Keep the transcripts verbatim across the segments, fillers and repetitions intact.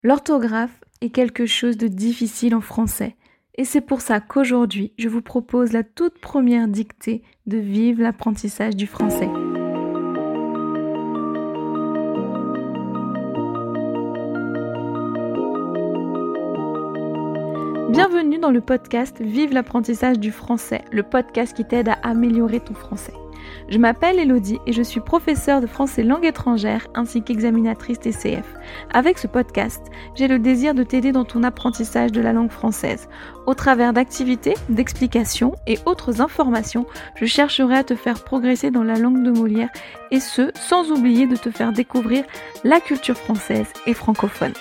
L'orthographe est quelque chose de difficile en français et c'est pour ça qu'aujourd'hui, je vous propose la toute première dictée de Vive l'apprentissage du français. Bienvenue dans le podcast Vive l'apprentissage du français, le podcast qui t'aide à améliorer ton français. Je m'appelle Elodie et je suis professeure de français langue étrangère ainsi qu'examinatrice T C F. Avec ce podcast, j'ai le désir de t'aider dans ton apprentissage de la langue française. Au travers d'activités, d'explications et autres informations, je chercherai à te faire progresser dans la langue de Molière et ce, sans oublier de te faire découvrir la culture française et francophone.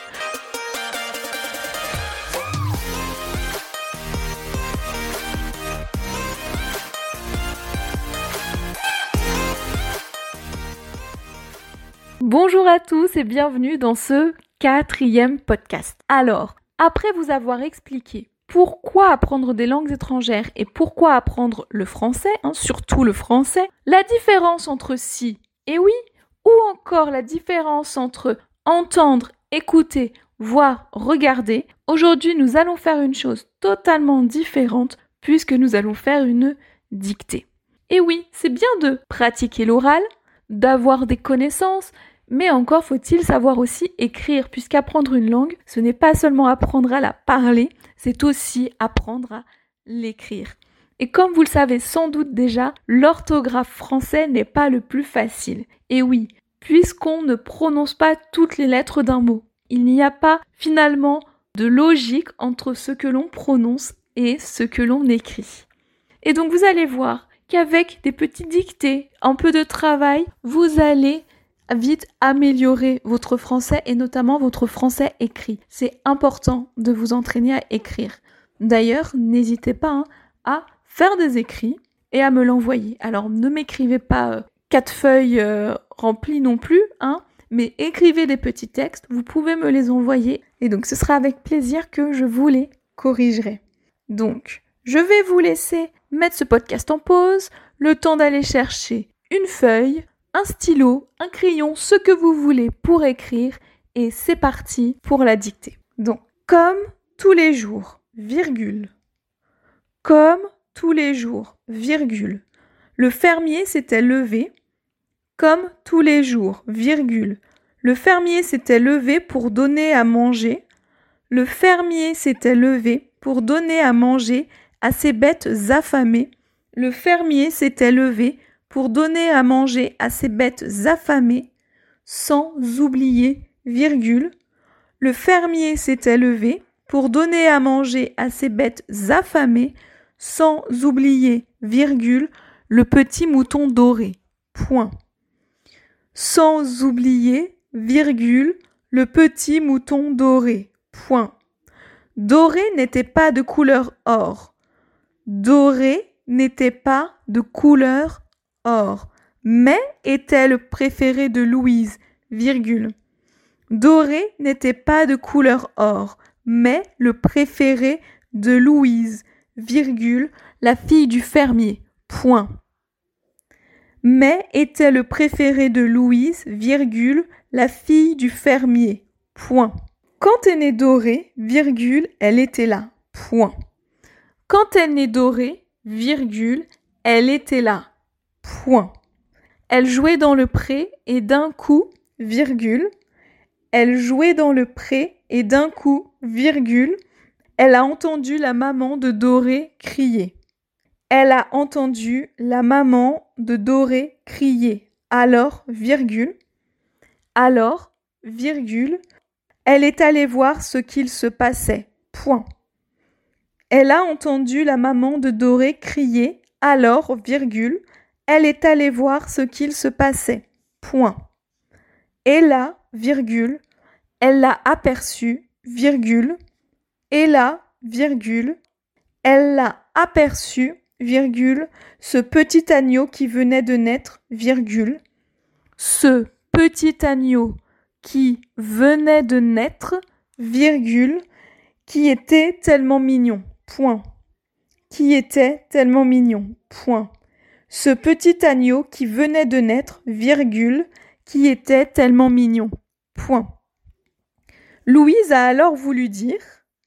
Bonjour à tous et bienvenue dans ce quatrième podcast. Alors, après vous avoir expliqué pourquoi apprendre des langues étrangères et pourquoi apprendre le français, hein, surtout le français, la différence entre si et oui, ou encore la différence entre entendre, écouter, voir, regarder, aujourd'hui nous allons faire une chose totalement différente puisque nous allons faire une dictée. Et oui, c'est bien de pratiquer l'oral, d'avoir des connaissances, mais encore faut-il savoir aussi écrire, puisqu'apprendre une langue, ce n'est pas seulement apprendre à la parler, c'est aussi apprendre à l'écrire. Et comme vous le savez sans doute déjà, l'orthographe français n'est pas le plus facile. Et oui, puisqu'on ne prononce pas toutes les lettres d'un mot, il n'y a pas finalement de logique entre ce que l'on prononce et ce que l'on écrit. Et donc vous allez voir qu'avec des petites dictées, un peu de travail, vous allez vite améliorer votre français et notamment votre français écrit. C'est important de vous entraîner à écrire. D'ailleurs, n'hésitez pas hein, à faire des écrits et à me l'envoyer. Alors, ne m'écrivez pas euh, quatre feuilles euh, remplies non plus, hein, mais écrivez des petits textes, vous pouvez me les envoyer et donc ce sera avec plaisir que je vous les corrigerai. Donc, je vais vous laisser mettre ce podcast en pause, le temps d'aller chercher une feuille, un stylo, un crayon, ce que vous voulez pour écrire et c'est parti pour la dictée. Donc, comme tous les jours, virgule. Comme tous les jours, virgule. Le fermier s'était levé. Comme tous les jours, virgule. Le fermier s'était levé pour donner à manger. Le fermier s'était levé pour donner à manger à ses bêtes affamées. Le fermier s'était levé pour donner à manger à ses bêtes affamées, sans oublier, virgule. Le fermier s'était levé pour donner à manger à ses bêtes affamées, sans oublier, virgule, le petit mouton doré, point. Sans oublier, virgule, le petit mouton doré, point. Doré n'était pas de couleur or. Doré n'était pas de couleur or, mais était le préféré de Louise, virgule. Doré n'était pas de couleur or, mais le préféré de Louise, virgule, la fille du fermier, point. Mais était le préféré de Louise, virgule, la fille du fermier, point. Quand est née Doré, virgule, elle était là, point. Quand elle est née Doré, virgule, elle était là, point. Elle jouait dans le pré et d'un coup, virgule, elle jouait dans le pré et d'un coup, virgule, elle a entendu la maman de Doré crier. Elle a entendu la maman de Doré crier. Alors, virgule, alors, virgule, elle est allée voir ce qu'il se passait, point. Elle a entendu la maman de Doré crier. Alors, virgule, elle est allée voir ce qu'il se passait. Point. Et là, virgule, elle l'a aperçu, virgule. Et là, virgule, elle l'a aperçu, virgule, ce petit agneau qui venait de naître, virgule. Ce petit agneau qui venait de naître, virgule, qui était tellement mignon, point. Qui était tellement mignon, point. Ce petit agneau qui venait de naître, virgule, qui était tellement mignon, point. Louise a alors voulu dire,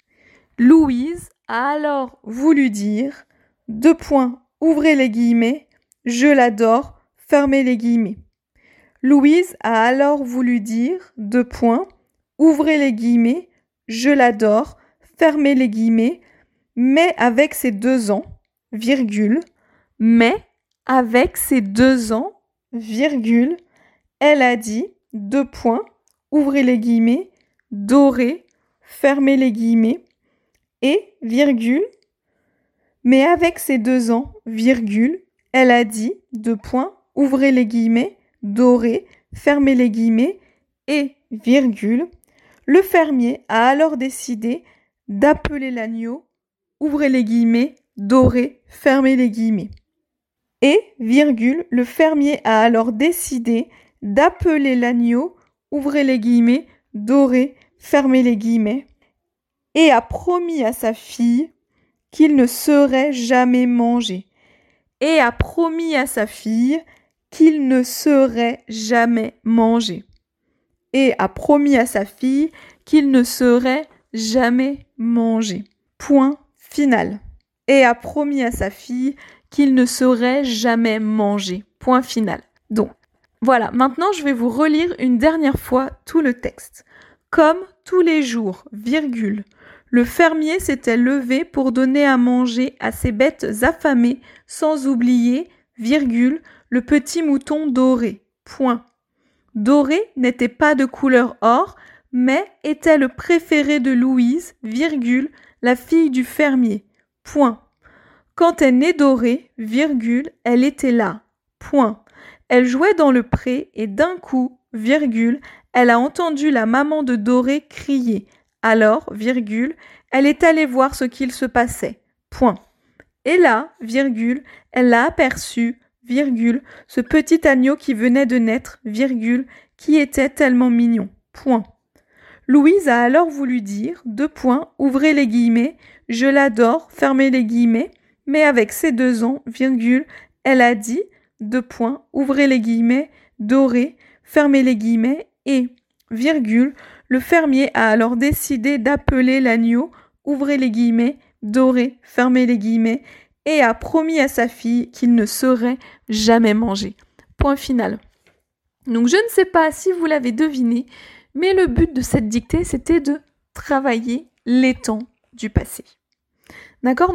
Louise a alors voulu dire, deux points, ouvrez les guillemets, je l'adore, fermez les guillemets. Louise a alors voulu dire, deux points, ouvrez les guillemets, je l'adore, fermez les guillemets, mais avec ses deux ans, virgule, mais avec ses deux ans, virgule, elle a dit, deux points, ouvrez les guillemets, doré, fermez les guillemets, et, virgule, mais avec ses deux ans, virgule, elle a dit, deux points, ouvrez les guillemets, doré, fermez les guillemets, et, virgule, le fermier a alors décidé d'appeler l'agneau, ouvrez les guillemets, doré, fermez les guillemets. Et, virgule, le fermier a alors décidé d'appeler l'agneau, ouvrez les guillemets, doré, fermez les guillemets, et a promis à sa fille qu'il ne serait jamais mangé. Et a promis à sa fille qu'il ne serait jamais mangé. Et a promis à sa fille qu'il ne serait jamais mangé. Point final. Et a promis à sa fille qu'il ne serait jamais mangé. Point final. Donc, voilà, maintenant je vais vous relire une dernière fois tout le texte. Comme tous les jours, virgule, le fermier s'était levé pour donner à manger à ses bêtes affamées, sans oublier, virgule, le petit mouton doré. Point. Doré n'était pas de couleur or, mais était le préféré de Louise, virgule, la fille du fermier. Point. Quand elle nait Doré, virgule, elle était là. Point. Elle jouait dans le pré et d'un coup, virgule, elle a entendu la maman de Doré crier. Alors, virgule, elle est allée voir ce qu'il se passait. Point. Et là, virgule, elle l'a aperçu, virgule, ce petit agneau qui venait de naître, virgule, qui était tellement mignon. Point. Louise a alors voulu dire, deux points, ouvrez les guillemets, je l'adore, fermez les guillemets, mais avec ses deux ans, virgule, elle a dit, deux points, ouvrez les guillemets, doré, fermez les guillemets, et, virgule, le fermier a alors décidé d'appeler l'agneau, ouvrez les guillemets, doré, fermez les guillemets, et a promis à sa fille qu'il ne serait jamais mangé. Point final. Donc je ne sais pas si vous l'avez deviné, mais le but de cette dictée, c'était de travailler les temps du passé. D'accord ?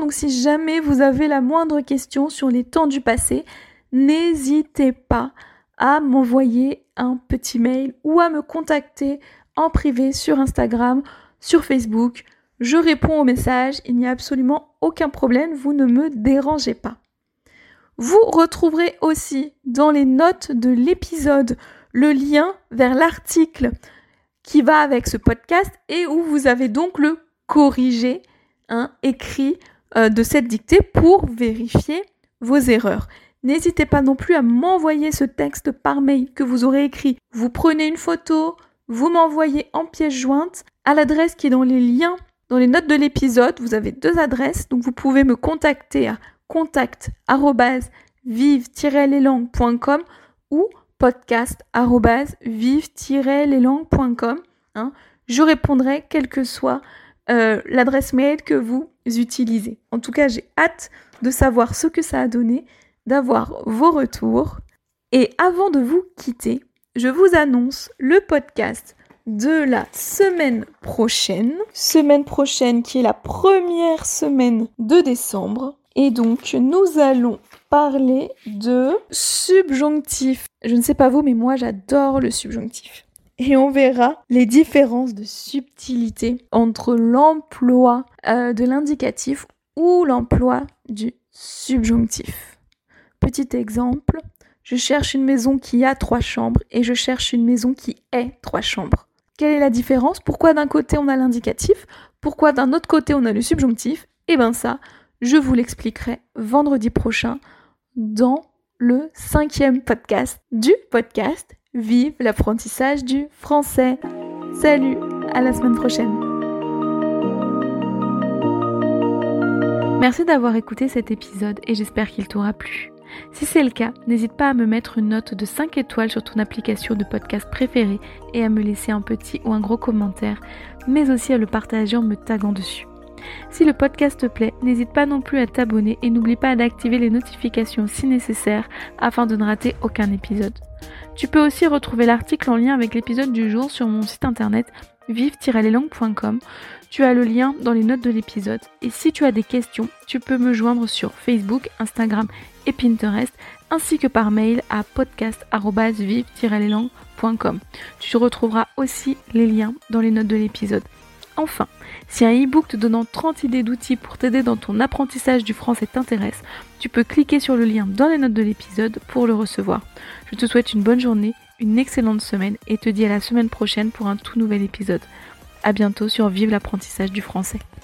Donc si jamais vous avez la moindre question sur les temps du passé, n'hésitez pas à m'envoyer un petit mail ou à me contacter en privé sur Instagram, sur Facebook. Je réponds aux messages, il n'y a absolument aucun problème, vous ne me dérangez pas. Vous retrouverez aussi dans les notes de l'épisode le lien vers l'article qui va avec ce podcast et où vous avez donc le corrigé, hein, écrit euh, de cette dictée pour vérifier vos erreurs. N'hésitez pas non plus à m'envoyer ce texte par mail que vous aurez écrit. Vous prenez une photo, vous m'envoyez en pièce jointe à l'adresse qui est dans les liens, dans les notes de l'épisode. Vous avez deux adresses, donc vous pouvez me contacter à contact arobase vive tiret les langues point com ou podcast arobase vive tiret les langues point com. Hein. Je répondrai quelle que soit euh, l'adresse mail que vous utilisez. En tout cas, j'ai hâte de savoir ce que ça a donné, d'avoir vos retours. Et avant de vous quitter, je vous annonce le podcast de la semaine prochaine. Semaine prochaine qui est la première semaine de décembre. Et donc, nous allons parler de subjonctif. Je ne sais pas vous, mais moi, j'adore le subjonctif. Et on verra les différences de subtilité entre l'emploi euh, de l'indicatif ou l'emploi du subjonctif. Petit exemple, je cherche une maison qui a trois chambres et je cherche une maison qui est trois chambres. Quelle est la différence ? Pourquoi d'un côté on a l'indicatif ? Pourquoi d'un autre côté on a le subjonctif ? Eh bien ça, je vous l'expliquerai vendredi prochain dans le cinquième podcast du podcast Vive l'apprentissage du français. Salut, à la semaine prochaine. Merci d'avoir écouté cet épisode et j'espère qu'il t'aura plu. Si c'est le cas, n'hésite pas à me mettre une note de cinq étoiles sur ton application de podcast préférée et à me laisser un petit ou un gros commentaire, mais aussi à le partager en me taguant dessus. Si le podcast te plaît, n'hésite pas non plus à t'abonner et n'oublie pas d'activer les notifications si nécessaire afin de ne rater aucun épisode. Tu peux aussi retrouver l'article en lien avec l'épisode du jour sur mon site internet vive tiret les langues point com. Tu as le lien dans les notes de l'épisode et si tu as des questions, tu peux me joindre sur Facebook, Instagram et Pinterest ainsi que par mail à podcast arobase vive tiret les langues point com. Tu retrouveras aussi les liens dans les notes de l'épisode. Enfin, si un e-book te donnant trente idées d'outils pour t'aider dans ton apprentissage du français t'intéresse, tu peux cliquer sur le lien dans les notes de l'épisode pour le recevoir. Je te souhaite une bonne journée, une excellente semaine et te dis à la semaine prochaine pour un tout nouvel épisode. À bientôt sur Vive l'apprentissage du français.